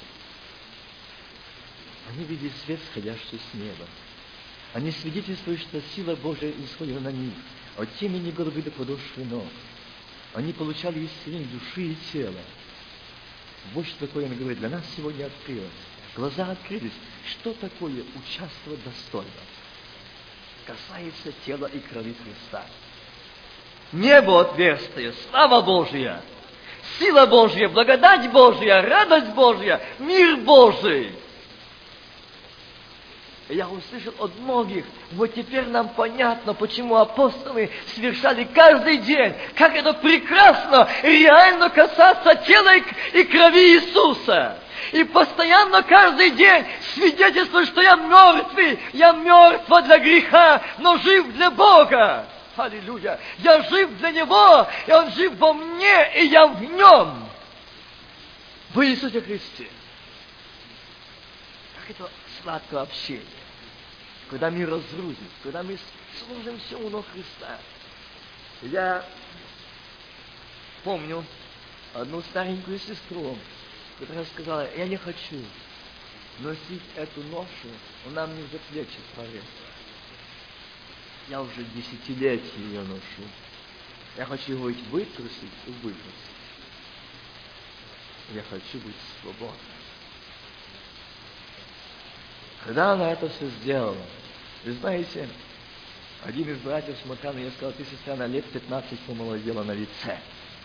они видели свет, сходящий с неба. Они свидетельствуют, что сила Божия исходила на них, от темени головы до подошвы ног. Они получали исцеление души и тела. Вот что такое, он говорит, для нас сегодня открылось. Глаза открылись. Что такое участвовать достойно? Касается тела и крови Христа. Небо отверстие, слава Божья! сила Божья, благодать Божья, радость Божья, мир Божий. Я услышал от многих, вот теперь нам понятно, почему апостолы совершали каждый день, как это прекрасно реально касаться тела и крови Иисуса. И постоянно каждый день свидетельствует, что я мертвый, я мертва для греха, но жив для Бога. Аллилуйя! Я жив для Него, и Он жив во мне, и я в Нем. В Иисусе Христе. Как это сладкое общение. Когда мы разгрузим, когда мы служим все у ног Христа. Я помню одну старенькую сестру, которая сказала: я не хочу носить эту ношу, она мне за плечи порезала. Я уже десятилетия ее ношу. Я хочу его вытрусить и выбросить. Я хочу быть свободным. Когда она это все сделала, вы знаете, один из братьев смотрел, я сказал: ты, сестра, на лет пятнадцать помолодела на лице.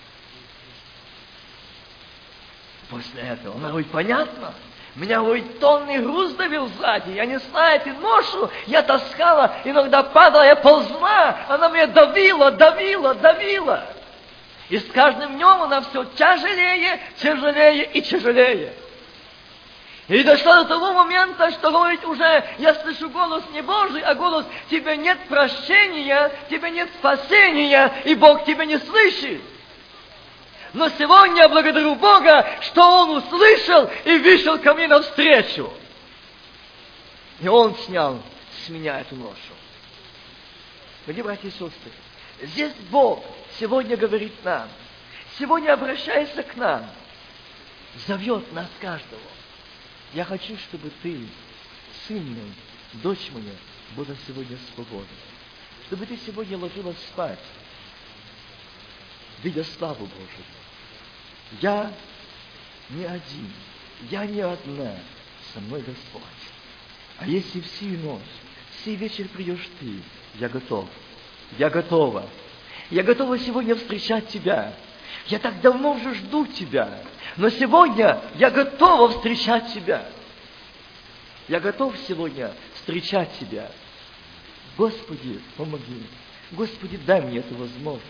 После этого она говорит: понятно, меня, говорит, тонный груз давил сзади, я не знаю, эту ношу я таскала, иногда падала, я ползла, она меня давила, давила, давила. И с каждым днем она все тяжелее, тяжелее и тяжелее. И дошло до того момента, что, говорит, уже я слышу голос не Божий, а голос: тебе нет прощения, тебе нет спасения, и Бог тебя не слышит. Но сегодня я благодарю Бога, что Он услышал и вышел ко мне навстречу. И Он снял с меня эту ношу. Дорогие братья и сестры, здесь Бог сегодня говорит нам, сегодня обращается к нам, зовет нас каждого. Я хочу, чтобы ты, сын мой, дочь моя, была сегодня свободна. Чтобы ты сегодня ложилась спать, видя славу Божию. Я не один, я не одна, со мной Господь. А если всю ночь, всей вечер придешь ты, я готов, я готова. Я готова сегодня встречать тебя. Я так давно уже жду тебя. Но сегодня я готова встречать тебя. Я готов сегодня встречать тебя. Господи, помоги. Господи, дай мне эту возможность.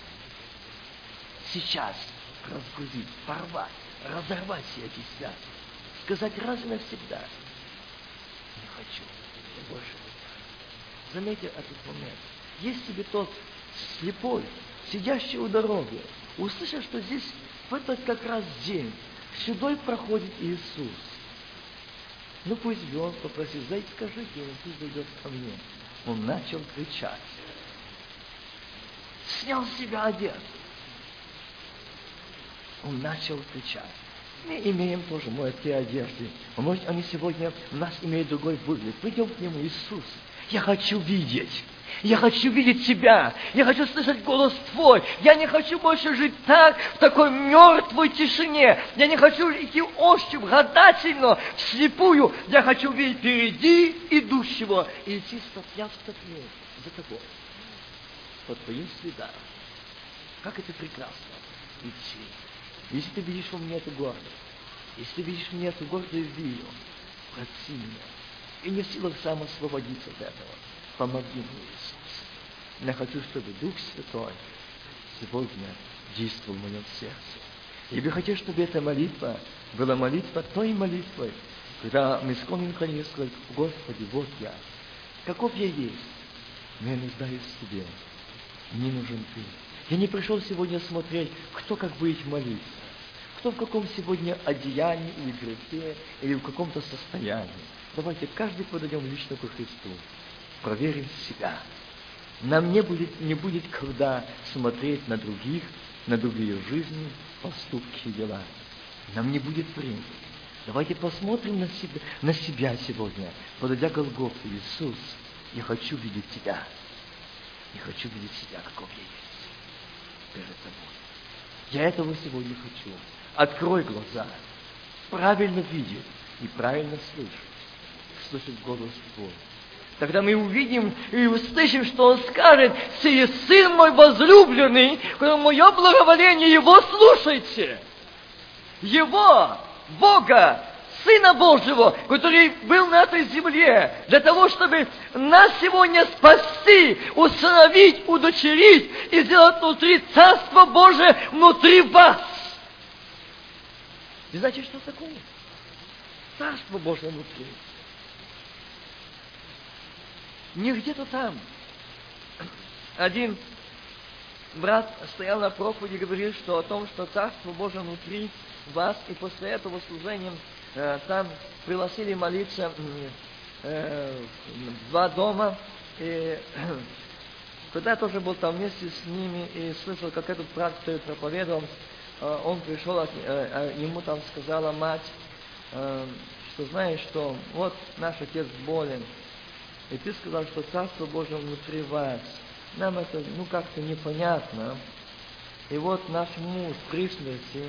Сейчас разгрузить, порвать, разорвать все эти связи. Сказать раз и навсегда: не хочу, я больше не хочу. Заметьте этот момент. Есть себе тот слепой, сидящий у дороги, услышав, что здесь в этот как раз день сюда проходит Иисус. Ну пусть бы он попросил: зайди, скажите ему, пусть зайдет ко мне. Он начал кричать. Снял с себя одежду. Он начал кричать. Мы имеем тоже, может, те одежды. А может, они сегодня у нас имеют другой выгляд. Пойдем к нему: Иисус, я хочу видеть. Я хочу видеть Тебя. Я хочу слышать голос Твой. Я не хочу больше жить так, в такой мертвой тишине. Я не хочу идти ощупь, гадательно, вслепую. Я хочу видеть впереди идущего и идти стопня в стопню за Тобой. По Твоим следам. Как это прекрасно идти. Если ты видишь во мне эту гордость, если ты видишь во мне эту гордую вину, проси меня. И не в силах сам освободиться от этого. Помоги мне, Иисус. Я хочу, чтобы Дух Святой сегодня действовал в моем сердце. Я бы хотел, чтобы эта молитва была молитва той молитвой, когда мы склоним колени и сказать: Господи, вот я, каков я есть, но я нуждаюсь в Тебе, мне нужен Ты. Я не пришел сегодня смотреть, кто как будет молиться, кто в каком сегодня одеянии или грехе, или в каком-то состоянии. Давайте каждый подойдем лично ко Христу. Проверим себя. Нам не будет, не будет когда смотреть на других, на другие жизни, поступки и дела. Нам не будет времени. Давайте посмотрим на себя, на себя сегодня, подойдя к Голгофе. Иисус, я хочу видеть Тебя. Я хочу видеть себя, каков я есть перед Тобой. Я этого сегодня хочу. Открой глаза, правильно видеть и правильно слышать. Слышать голос Твой. Тогда мы увидим и услышим, что Он скажет: «Сей Сын мой возлюбленный, которому мое благоволение, Его слушайте». Его, Бога, Сына Божьего, который был на этой земле, для того, чтобы нас сегодня спасти, усыновить, удочерить и сделать внутри Царство Божие, внутри вас. И знаете, что такое? Царство Божие внутри. Не где-то там. Один брат стоял на проповеди и говорил, что о том, что Царство Божие внутри вас, и после этого служения э, там пригласили молиться э, в два дома. И когда я тоже был там вместе с ними и слышал, как этот брат, кто проповедовал, э, он пришел, э, э, ему там сказала мать, э, что знаешь, что вот наш отец болен, и ты сказал, что Царство Божие внутри вас. Нам это, ну, как-то непонятно. И вот наш муж при смерти,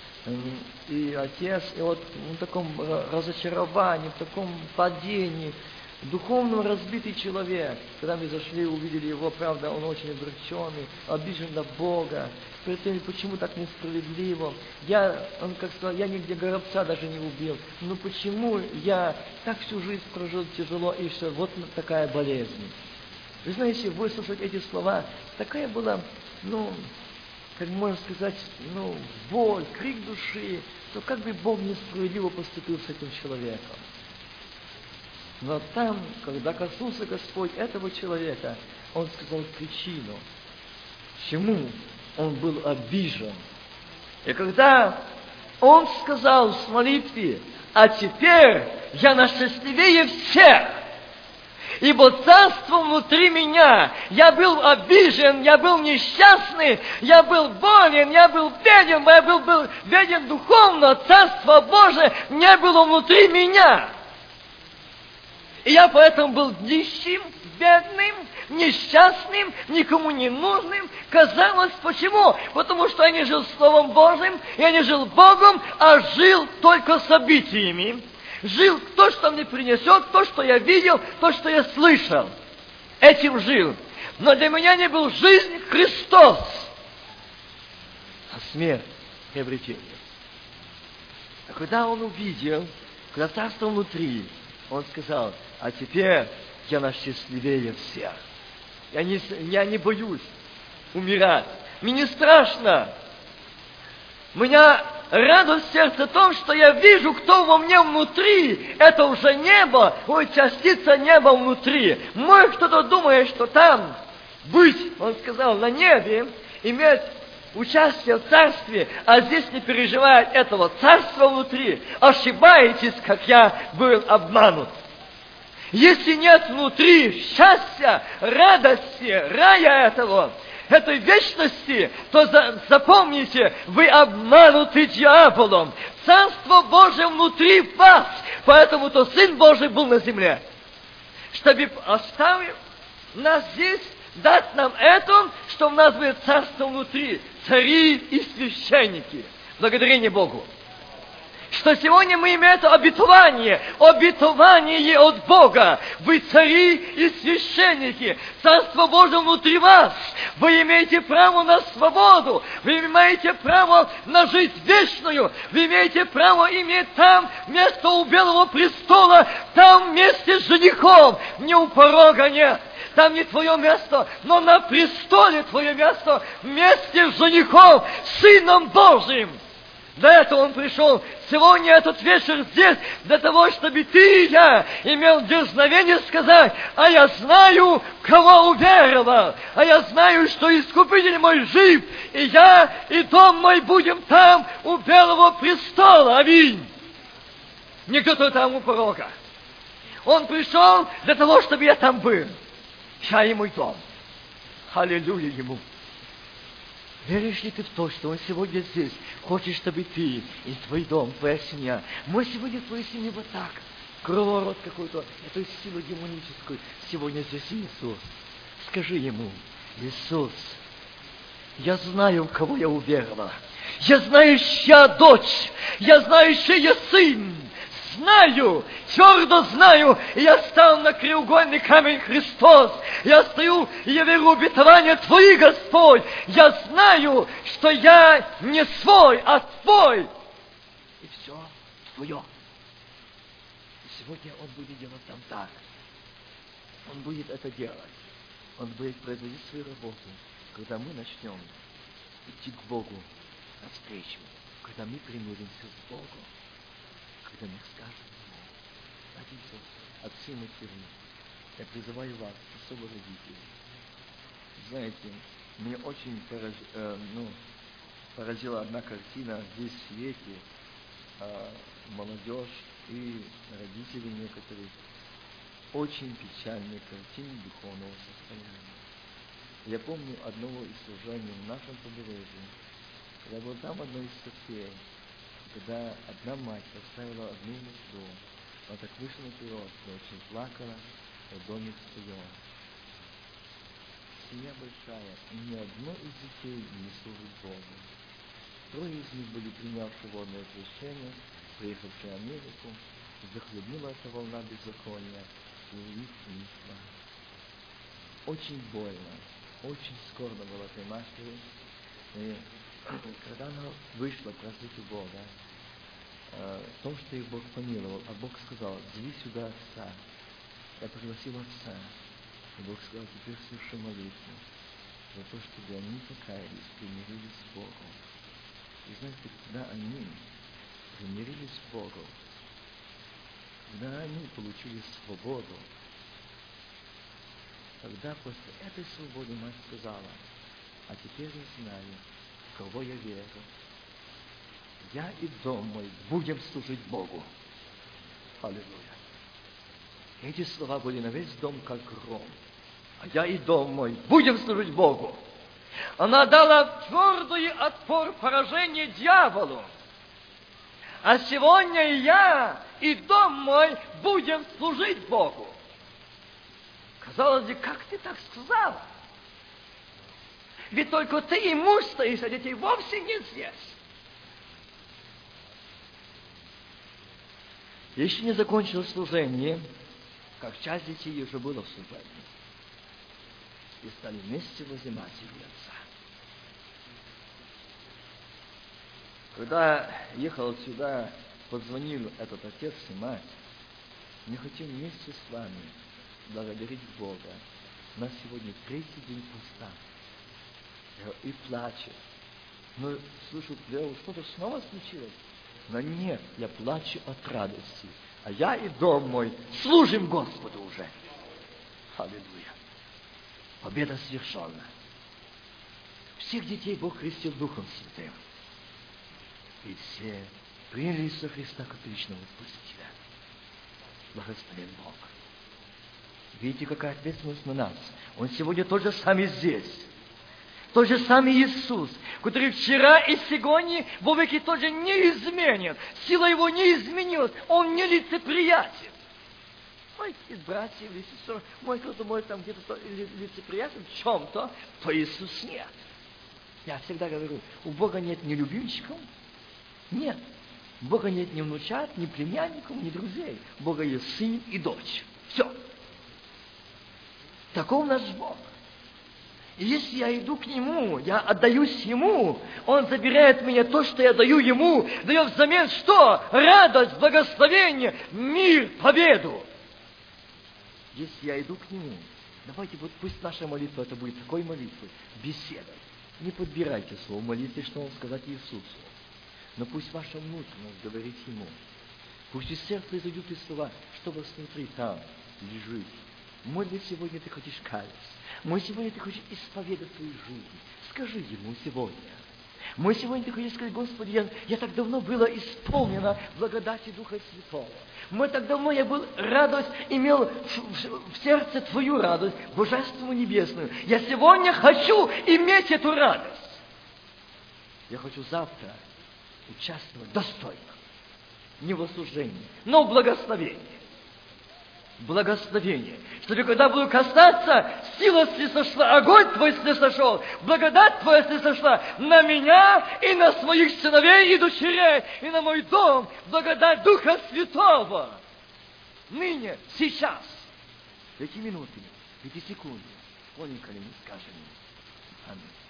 и отец, и вот в таком разочаровании, в таком падении, духовно разбитый человек. Когда мы зашли, увидели его, правда, он очень огорченный, обижен на Бога. Говорит: почему так несправедливо? Я, он как сказал, я нигде горобца даже не убил. Ну почему я так всю жизнь прожил тяжело, и все, вот такая болезнь. Вы знаете, выслушать эти слова, такая была, ну, как можно сказать, ну, боль, крик души, что как бы Бог несправедливо поступил с этим человеком. Но там, когда коснулся Господь этого человека, Он сказал причину, чему он был обижен. И когда Он сказал в молитве: «А теперь я насчастливее всех, ибо царство внутри меня, я был обижен, я был несчастный, я был болен, я был беден, я был, был беден духовно, царство Божие не было внутри меня». И я поэтому был нищим, бедным, несчастным, никому не нужным. Казалось, почему? Потому что я не жил Словом Божьим, я не жил Богом, а жил только событиями. Жил то, что мне принесет, то, что я видел, то, что я слышал. Этим жил. Но для меня не был жизнь Христос, а смерть, приобретение. А когда он увидел, когда царство внутри, он сказал: «А теперь я насчастливее всех. Я не, я не боюсь умирать. Мне не страшно. У меня радость в сердце в том, что я вижу, кто во мне внутри. Это уже небо, ой, частица неба внутри. Может, кто-то думает, что там быть, он сказал, на небе, иметь участие в царстве, а здесь не переживает этого царства внутри. Ошибаетесь, как я был обманут. Если нет внутри счастья, радости, рая этого, этой вечности, то за, запомните, вы обмануты дьяволом. Царство Божие внутри вас, поэтому-то Сын Божий был на земле, чтобы, оставив нас здесь, дать нам это, что у нас будет царство внутри, цари и священники. Благодарение Богу. Что сегодня мы имеем это обетование, обетование от Бога. Вы цари и священники, Царство Божие внутри вас. Вы имеете право на свободу, вы имеете право на жизнь вечную, вы имеете право иметь там место у Белого престола, там вместе с женихом, не у порога нет. Там не твое место, но на престоле твое место вместе с женихом, Сыном Божьим. Для этого Он пришел сегодня этот вечер здесь, для того, чтобы ты и я имел дерзновение сказать: а я знаю, кого уверовал, а я знаю, что Искупитель мой жив, и я, и дом мой будем там, у Белого престола. Аминь. Не кто-то там у порога. Он пришел для того, чтобы я там был. Я и мой дом. Аллилуйя Ему. Веришь ли ты в то, что Он сегодня здесь хочет, чтобы ты и твой дом, твоя семья, мы сегодня твоя семья вот так, круговорот какой-то, эту силу демоническую, сегодня здесь Иисус. Скажи Ему: Иисус, я знаю, в кого я уверовала. Я знаю, чья дочь, я знаю, чей я сын. знаю, твердо знаю, и я стал на краеугольный камень Христос. Я стою, и я верю в обетование Твои, Господь. Я знаю, что я не свой, а Твой. И все Твое. И сегодня Он будет делать там так. Он будет это делать. Он будет производить свою работу, когда мы начнем идти к Богу навстречу, когда мы примиримся с Богом, когда мы скажем Ему: родители, отцы и матери, я призываю вас, особо родители. Знаете, мне очень пораж... э, ну, поразила одна картина здесь в свете, э, молодежь и родители некоторых. Очень печальные картины духовного состояния. Я помню одного из служений в нашем побережье, когда был там одно из церквей, когда одна мать поставила одну нужду, она так вышла наперед, и очень плакала, а домик стоял. Семья большая, и ни одно из детей не служит Богу. Трое из них были принявшие водное крещение, приехавшие в Америку, захлебнула эта волна беззакония, и у них унесла. Очень больно, очень скорбно было этой матери. И когда она вышла просить у Бога э, в том, что их Бог помиловал, а Бог сказал: зови сюда отца. Я пригласил отца. И Бог сказал: теперь слушай молитву за то, чтобы они покаялись, примирились с Богом. И знаете, когда они примирились с Богом, когда они получили свободу, тогда после этой свободы мать сказала: а теперь я знаю, в кого я верю. Я и дом мой будем служить Богу. Аллилуйя. Эти слова были на весь дом как гром. А я и дом мой будем служить Богу. Она дала твердый отпор, поражение дьяволу. А сегодня и я, и дом мой будем служить Богу. Казалось бы, как ты так сказала? Ведь только ты и муж стоишь, а детей вовсе нет здесь. Еще не закончилось служение, как часть детей уже было в служении. И стали вместе возле матери и отца. Когда ехал сюда, позвонил этот отец и мать: мы хотим вместе с вами благодарить Бога. У нас сегодня третий день поста. И плачет. Ну, слышу, что-то снова случилось. Но нет, я плачу от радости. А я и дом мой служим Господу уже. Аллилуйя. Победа свершена. Всех детей Бог крестил Духом Святым. И все приняли Иисуса Христа как личного Спасителя. Благословен Бог. Видите, какая ответственность на нас. Он сегодня тот же самый здесь. Тот же самый Иисус, который вчера и сегодня вовеки тоже не изменен. Сила Его не изменилась. Он не лицеприятен. Ой, из братьев или сестер, мой кто-то может там где-то лицеприятен в чем-то, то Иисус нет. Я всегда говорю, у Бога нет ни любимчиков, нет. У Бога нет ни внучат, ни племянников, ни друзей. У Бога есть сын и дочь. Все. Таков наш Бог. И если я иду к Нему, я отдаюсь Ему, Он забирает мне то, что я даю Ему, дает взамен что? Радость, благословение, мир, победу. Если я иду к Нему, давайте вот пусть наша молитва это будет такой молитвой, беседой. Не подбирайте слово молитвы, что вам сказать Иисусу. Но пусть ваша внутренность говорит Ему. Пусть из сердца изойдут и слова, что вас внутри там лежит. Может быть, сегодня ты хочешь каяться. Может, сегодня ты хочешь исповедать свою жизнь. Скажи Ему сегодня. Может, сегодня ты хочешь сказать: Господи, я, я так давно была исполнена благодати Духа Святого. Может, так давно я был радость, имел в, в, в сердце Твою радость, Божественную Небесную. Я сегодня хочу иметь эту радость. Я хочу завтра участвовать достойно. Не в служении, но в благословении. благословение. Чтобы когда буду касаться, сила снисошла, огонь Твой снисошел, благодать Твоя снисошла на меня и на своих сыновей и дочерей, и на мой дом, благодать Духа Святого. Ныне, сейчас, в эти минуты, в эти секунды, склони колени, скажем. Аминь.